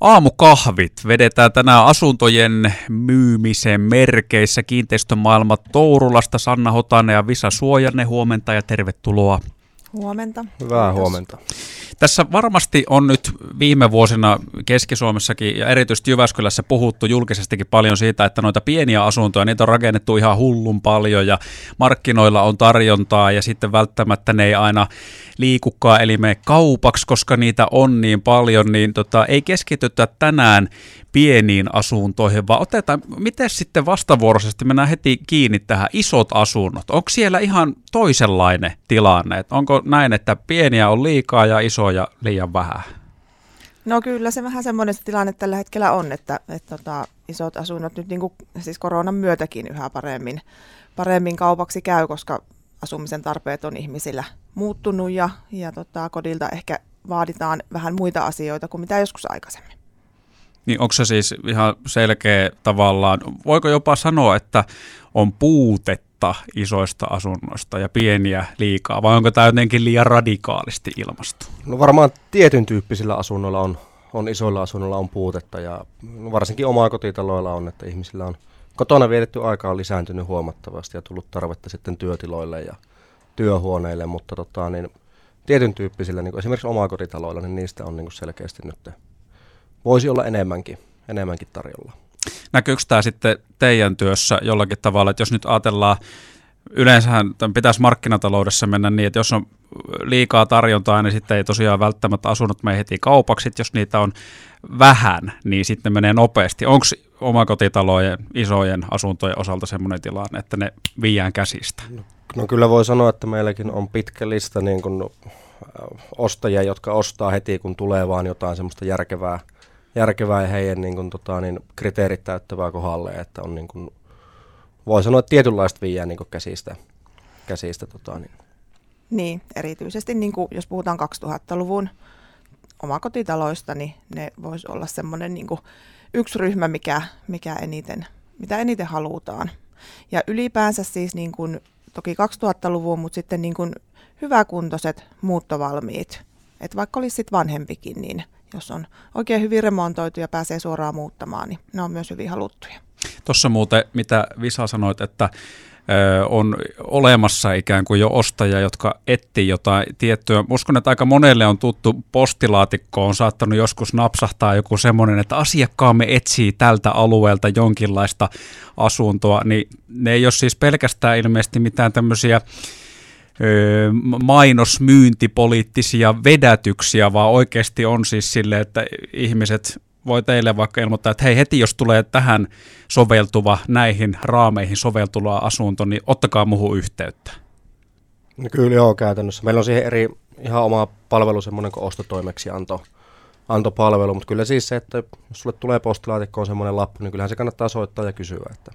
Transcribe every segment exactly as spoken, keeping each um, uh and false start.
Aamukahvit vedetään tänään asuntojen myymisen merkeissä kiinteistömaailma Tourulasta. Sanna Hotanen ja Visa Suojanne, huomenta ja tervetuloa. Huomenta. Hyvää huomenta. Tässä varmasti on nyt viime vuosina Keski-Suomessakin ja erityisesti Jyväskylässä puhuttu julkisestikin paljon siitä, että noita pieniä asuntoja, niitä on rakennettu ihan hullun paljon ja markkinoilla on tarjontaa ja sitten välttämättä ne ei aina liikukaan eli mene kaupaksi, koska niitä on niin paljon, niin tota, ei keskitytä tänään pieniin asuntoihin, vaan otetaan, miten sitten vastavuoroisesti mennään heti kiinni tähän isot asunnot. Onko siellä ihan toisenlainen tilanne? Et onko näin, että pieniä on liikaa ja isoja liian vähän? No kyllä se vähän semmoinen tilanne tällä hetkellä on, että, että tota, isot asunnot nyt niin kuin, siis koronan myötäkin yhä paremmin, paremmin kaupaksi käy, koska asumisen tarpeet on ihmisillä muuttunut ja, ja tota, kodilta ehkä vaaditaan vähän muita asioita kuin mitä joskus aikaisemmin. Niin onko se siis ihan selkeä tavallaan, voiko jopa sanoa, että on puutetta isoista asunnoista ja pieniä liikaa, vai onko tämä jotenkin liian radikaalisti ilmastu? No varmaan tietyn tyyppisillä asunnoilla on, on isoilla asunnoilla on puutetta ja varsinkin omakotitaloilla on, että ihmisillä on kotona vietetty aika on lisääntynyt huomattavasti ja tullut tarvetta sitten työtiloille ja työhuoneille, mutta tota, niin, tietyn tyyppisillä, niin esimerkiksi omakotitaloilla, niin niistä on niin selkeästi nyt voisi olla enemmänkin, enemmänkin tarjolla. Näkyykö tämä sitten teidän työssä jollakin tavalla, että jos nyt ajatellaan, yleensähän pitäisi markkinataloudessa mennä niin, että jos on liikaa tarjontaa, niin sitten ei tosiaan välttämättä asunnot mene heti kaupaksi, jos niitä on vähän, niin sitten menee nopeasti. Onko omakotitalojen, isojen asuntojen osalta semmoinen tilanne, että ne viiään käsistä? No, no kyllä voi sanoa, että meilläkin on pitkä lista niin kuin ostajia, jotka ostaa heti, kun tulee vaan jotain semmoista järkevää, järkevää ja heidän niin kuin, tota, niin, kriteerit täyttävää kohdalle, että on niin kuin, voi sanoa, että tietynlaista viiää niin kuin käsistä. käsistä tota, niin. Niin, erityisesti niin kuin, jos puhutaan kaksituhattaluvun omakotitaloista, niin ne voisi olla semmoinen niin kuin yksi ryhmä, mikä, mikä eniten, mitä eniten halutaan. Ja ylipäänsä siis niin kuin, toki kaksituhattaluvun, mutta sitten niin kuin hyväkuntoiset muuttovalmiit. Että vaikka olisi sitten vanhempikin, niin jos on oikein hyvin remontoitu ja pääsee suoraan muuttamaan, niin ne on myös hyvin haluttuja. Tuossa muuten, mitä Visa sanoit, että ö, on olemassa ikään kuin jo ostajia, jotka etsii jotain tiettyä. Uskon, että aika monelle on tuttu postilaatikko, on saattanut joskus napsahtaa joku semmoinen, että asiakkaamme etsii tältä alueelta jonkinlaista asuntoa, niin ne ei ole siis pelkästään ilmeisesti mitään tämmöisiä mainosmyyntipoliittisia vedätyksiä, vaan oikeasti on siis silleen, että ihmiset voi teille vaikka ilmoittaa, että hei heti jos tulee tähän soveltuva, näihin raameihin soveltuva asunto, niin ottakaa muuhun yhteyttä. No kyllä joo, käytännössä. Meillä on siihen eri ihan oma palvelu, semmoinen kuin ostotoimeksianto antopalvelu, mutta kyllä siis se, että jos sulle tulee postilaatikkoon semmoinen lappu, niin kyllähän se kannattaa soittaa ja kysyä, että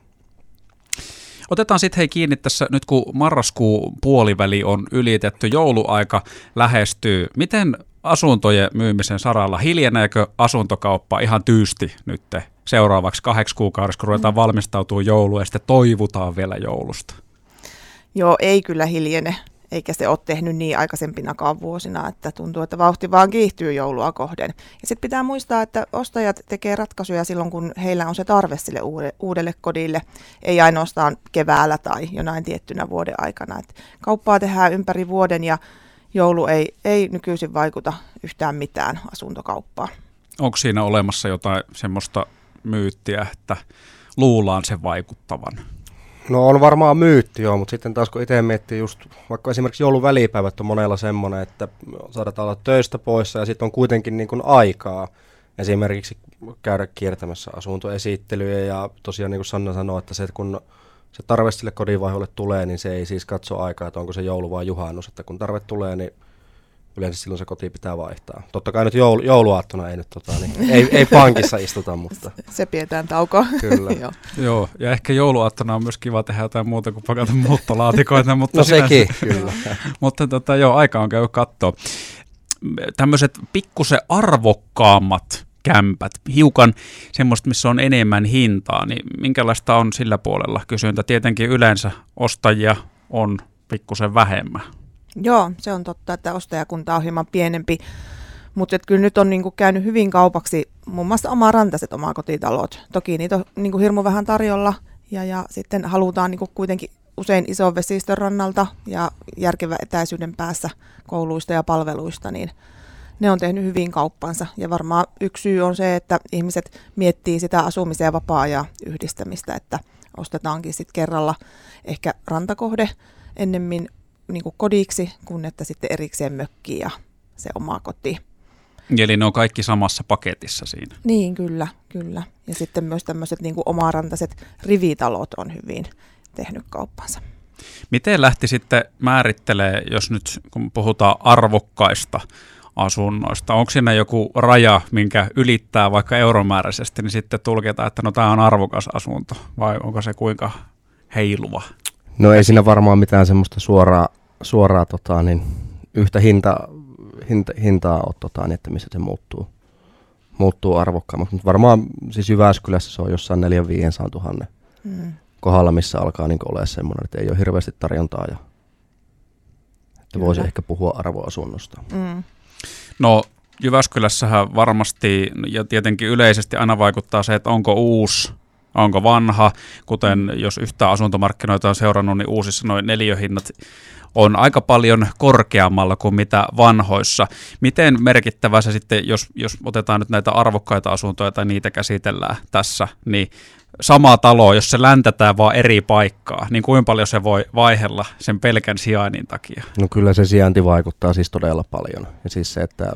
otetaan sitten hei kiinni tässä, nyt kun marraskuun puoliväli on ylitetty, jouluaika lähestyy. Miten asuntojen myymisen saralla, hiljeneekö asuntokauppa ihan tyysti nyt seuraavaksi kahdeksi kuukaudeksi, kun ruvetaan valmistautumaan jouluun ja sitten toivutaan vielä joulusta? Joo, ei kyllä hiljene, eikä se ole tehnyt niin aikaisempinakaan vuosina, että tuntuu, että vauhti vaan kiihtyy joulua kohden. Ja sitten pitää muistaa, että ostajat tekee ratkaisuja silloin, kun heillä on se tarve sille uudelle kodille, ei ainoastaan keväällä tai jonain tiettynä vuoden aikana. Et kauppaa tehdään ympäri vuoden ja joulu ei, ei nykyisin vaikuta yhtään mitään asuntokauppaan. Onko siinä olemassa jotain semmoista myyttiä, että luullaan sen vaikuttavan? No on varmaan myytti joo, mutta sitten taas kun itse miettii just, vaikka esimerkiksi joulun välipäivät on monella semmoinen, että saadaan olla töistä poissa ja sitten on kuitenkin niin kuin aikaa esimerkiksi käydä kiertämässä asuntoesittelyjä ja tosiaan niin kuin Sanna sanoi, että se kun se tarve sille kodinvaiholle tulee, niin se ei siis katso aikaa, että onko se joulu vai juhannus, että kun tarve tulee, niin yleensä silloin se koti pitää vaihtaa. Totta kai nyt joulu, jouluaattona ei nyt tota, niin, ei, ei pankissa istuta, mutta se pidetään taukoa. Kyllä. Joo. Joo, ja ehkä jouluaattona on myös kiva tehdä jotain muuta kuin pakata muuttolaatikoita. Mutta no sekin, kyllä. Mutta tota, joo, aika on käy katsoa. Tämmöiset pikkusen arvokkaammat kämpät, hiukan semmoista, missä on enemmän hintaa, niin minkälaista on sillä puolella kysyntä? Tietenkin yleensä ostajia on pikkusen vähemmän. Joo, se on totta, että ostajakunta on hieman pienempi, mutta kyllä nyt on niinku käynyt hyvin kaupaksi muun muassa omarantaiset omakotitalot. Toki niitä on niin kuin hirmu vähän tarjolla ja, ja sitten halutaan niin kuin kuitenkin usein ison vesistön rannalta ja järkevän etäisyyden päässä kouluista ja palveluista, niin ne on tehnyt hyvin kauppansa. Ja varmaan yksi syy on se, että ihmiset miettii sitä asumisen ja vapaa-ajan yhdistämistä, että ostetaankin sitten kerralla ehkä rantakohde ennemmin niin kuin kodiksi, kun että sitten erikseen mökki ja se oma koti. Eli ne on kaikki samassa paketissa siinä. Niin, kyllä, kyllä. Ja sitten myös tämmöiset niin kuin omarantaiset rivitalot on hyvin tehnyt kauppansa. Miten lähti sitten määrittelee, jos nyt kun puhutaan arvokkaista asunnoista, onko siinä joku raja, minkä ylittää vaikka euromääräisesti, niin sitten tulkitaan, että no tämä on arvokas asunto, vai onko se kuinka heiluva? No ei siinä varmaan mitään semmoista suoraa, suoraa tota, niin, yhtä hinta, hinta, hintaa ole, tota, niin, että missä se muuttuu, muuttuu arvokkaammaksi. Mutta varmaan siis Jyväskylässä se on jossain neljän viidensadan tuhannen mm. kohdalla, missä alkaa niin olemaan semmoinen, että ei ole hirveästi tarjontaa ja että voisi ehkä puhua arvoasunnosta. Mm. No Jyväskylässähän varmasti ja tietenkin yleisesti aina vaikuttaa se, että onko uusi, onko vanha. Kuten jos yhtään asuntomarkkinoita on seurannut, niin uusissa noin neliöhinnat on aika paljon korkeammalla kuin mitä vanhoissa. Miten merkittävä se sitten, jos, jos otetaan nyt näitä arvokkaita asuntoja tai niitä käsitellään tässä, niin sama talo, jos se läntätään vaan eri paikkaa, niin kuinka paljon se voi vaihella sen pelkän sijainnin takia? No kyllä se sijainti vaikuttaa siis todella paljon. Ja siis se, että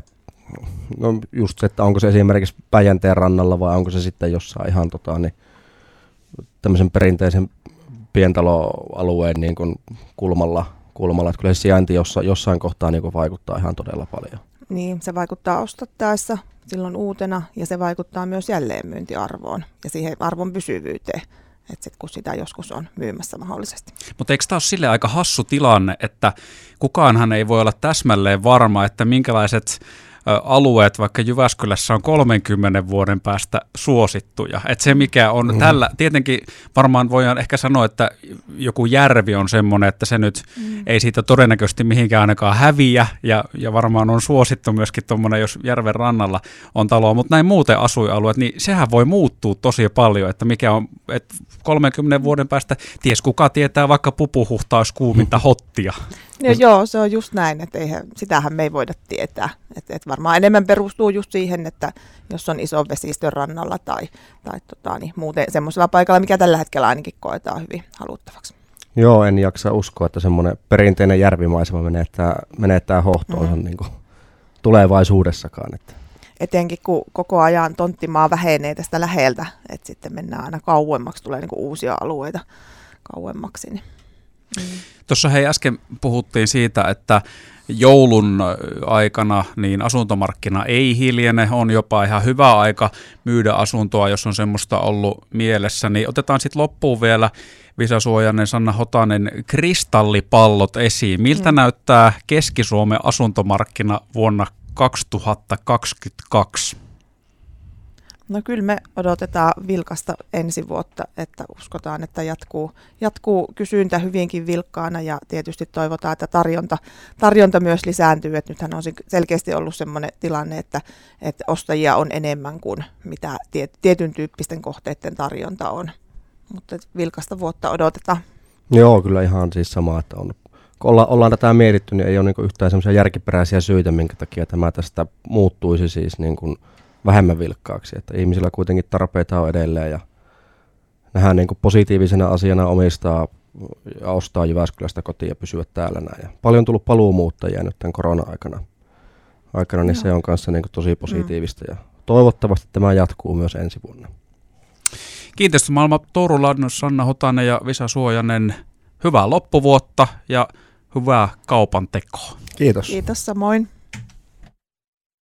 no just se, että onko se esimerkiksi Päijänteen rannalla vai onko se sitten jossain ihan tota, niin, tämmöisen perinteisen pientaloalueen niin kuin kulmalla, kulmalla. Että kyllä se sijainti jossa, jossain kohtaa niin kuin vaikuttaa ihan todella paljon. Niin, se vaikuttaa ostettaessa silloin uutena ja se vaikuttaa myös jälleenmyyntiarvoon ja siihen arvon pysyvyyteen, että sit kun sitä joskus on myymässä mahdollisesti. Mutta eikö tämä ole sille aika hassu tilanne, että kukaanhan ei voi olla täsmälleen varma, että minkälaiset alueet vaikka Jyväskylässä on kolmenkymmenen vuoden päästä suosittuja. Että se mikä on mm. tällä, tietenkin varmaan voidaan ehkä sanoa, että joku järvi on semmoinen, että se nyt mm. ei siitä todennäköisesti mihinkään ainakaan häviä ja, ja varmaan on suosittu myöskin tuommoinen, jos järven rannalla on taloa, mutta näin muuten asuinalueet, niin sehän voi muuttua tosi paljon, että mikä on, että kolmenkymmenen vuoden päästä, ties kuka tietää vaikka pupuhuhta olisi kuuminta hottia. No, joo, se on just näin, että eihän, sitähän me ei voida tietää. Että et varmaan enemmän perustuu just siihen, että jos on iso vesistön rannalla tai, tai tota, niin muuten semmoisella paikalla, mikä tällä hetkellä ainakin koetaan hyvin haluttavaksi. Joo, en jaksa uskoa, että semmoinen perinteinen järvimaisema menettää, menettää hohtoonsa mm. niin kuin tulevaisuudessakaan. Että. Etenkin kun koko ajan tonttimaa vähenee tästä läheltä, että sitten mennään aina kauemmaksi, tulee niin kuin uusia alueita kauemmaksi. Niin. Mm. Tuossa hei äsken puhuttiin siitä, että joulun aikana niin asuntomarkkina ei hiljene, on jopa ihan hyvä aika myydä asuntoa, jos on semmoista ollut mielessä. Niin otetaan sitten loppuun vielä Visa Suojanen, Sanna Hotanen, kristallipallot esiin. Miltä mm. näyttää Keski-Suomen asuntomarkkina vuonna kaksituhattakaksikymmentäkaksi? No kyllä me odotetaan vilkasta ensi vuotta, että uskotaan, että jatkuu, jatkuu kysyntä hyvinkin vilkkaana ja tietysti toivotaan, että tarjonta, tarjonta myös lisääntyy. Että nythän on selkeästi ollut sellainen tilanne, että, että ostajia on enemmän kuin mitä tietyn tyyppisten kohteiden tarjonta on. Mutta vilkasta vuotta odotetaan. Joo, kyllä ihan siis sama, että on. Kun olla, ollaan tätä mietitty, niin ei ole niin yhtään semmoisia järkiperäisiä syitä, minkä takia tämä tästä muuttuisi siis niin kuin vähemmän vilkkaaksi, että ihmisillä kuitenkin tarpeita on edelleen ja nähdään niin kuin positiivisena asiana omistaa ja ostaa Jyväskylästä kotiin ja pysyä täällä näin. Ja paljon on tullut paluumuuttajia nyt tämän korona-aikana, aikana, niin no. se on kanssa niin kuin tosi positiivista ja toivottavasti tämä jatkuu myös ensi vuonna. Kiinteistömaailma Tourulan Sanna Hotanen ja Visa Suojanen, hyvää loppuvuotta ja hyvää kaupan tekoa. Kiitos. Kiitos samoin.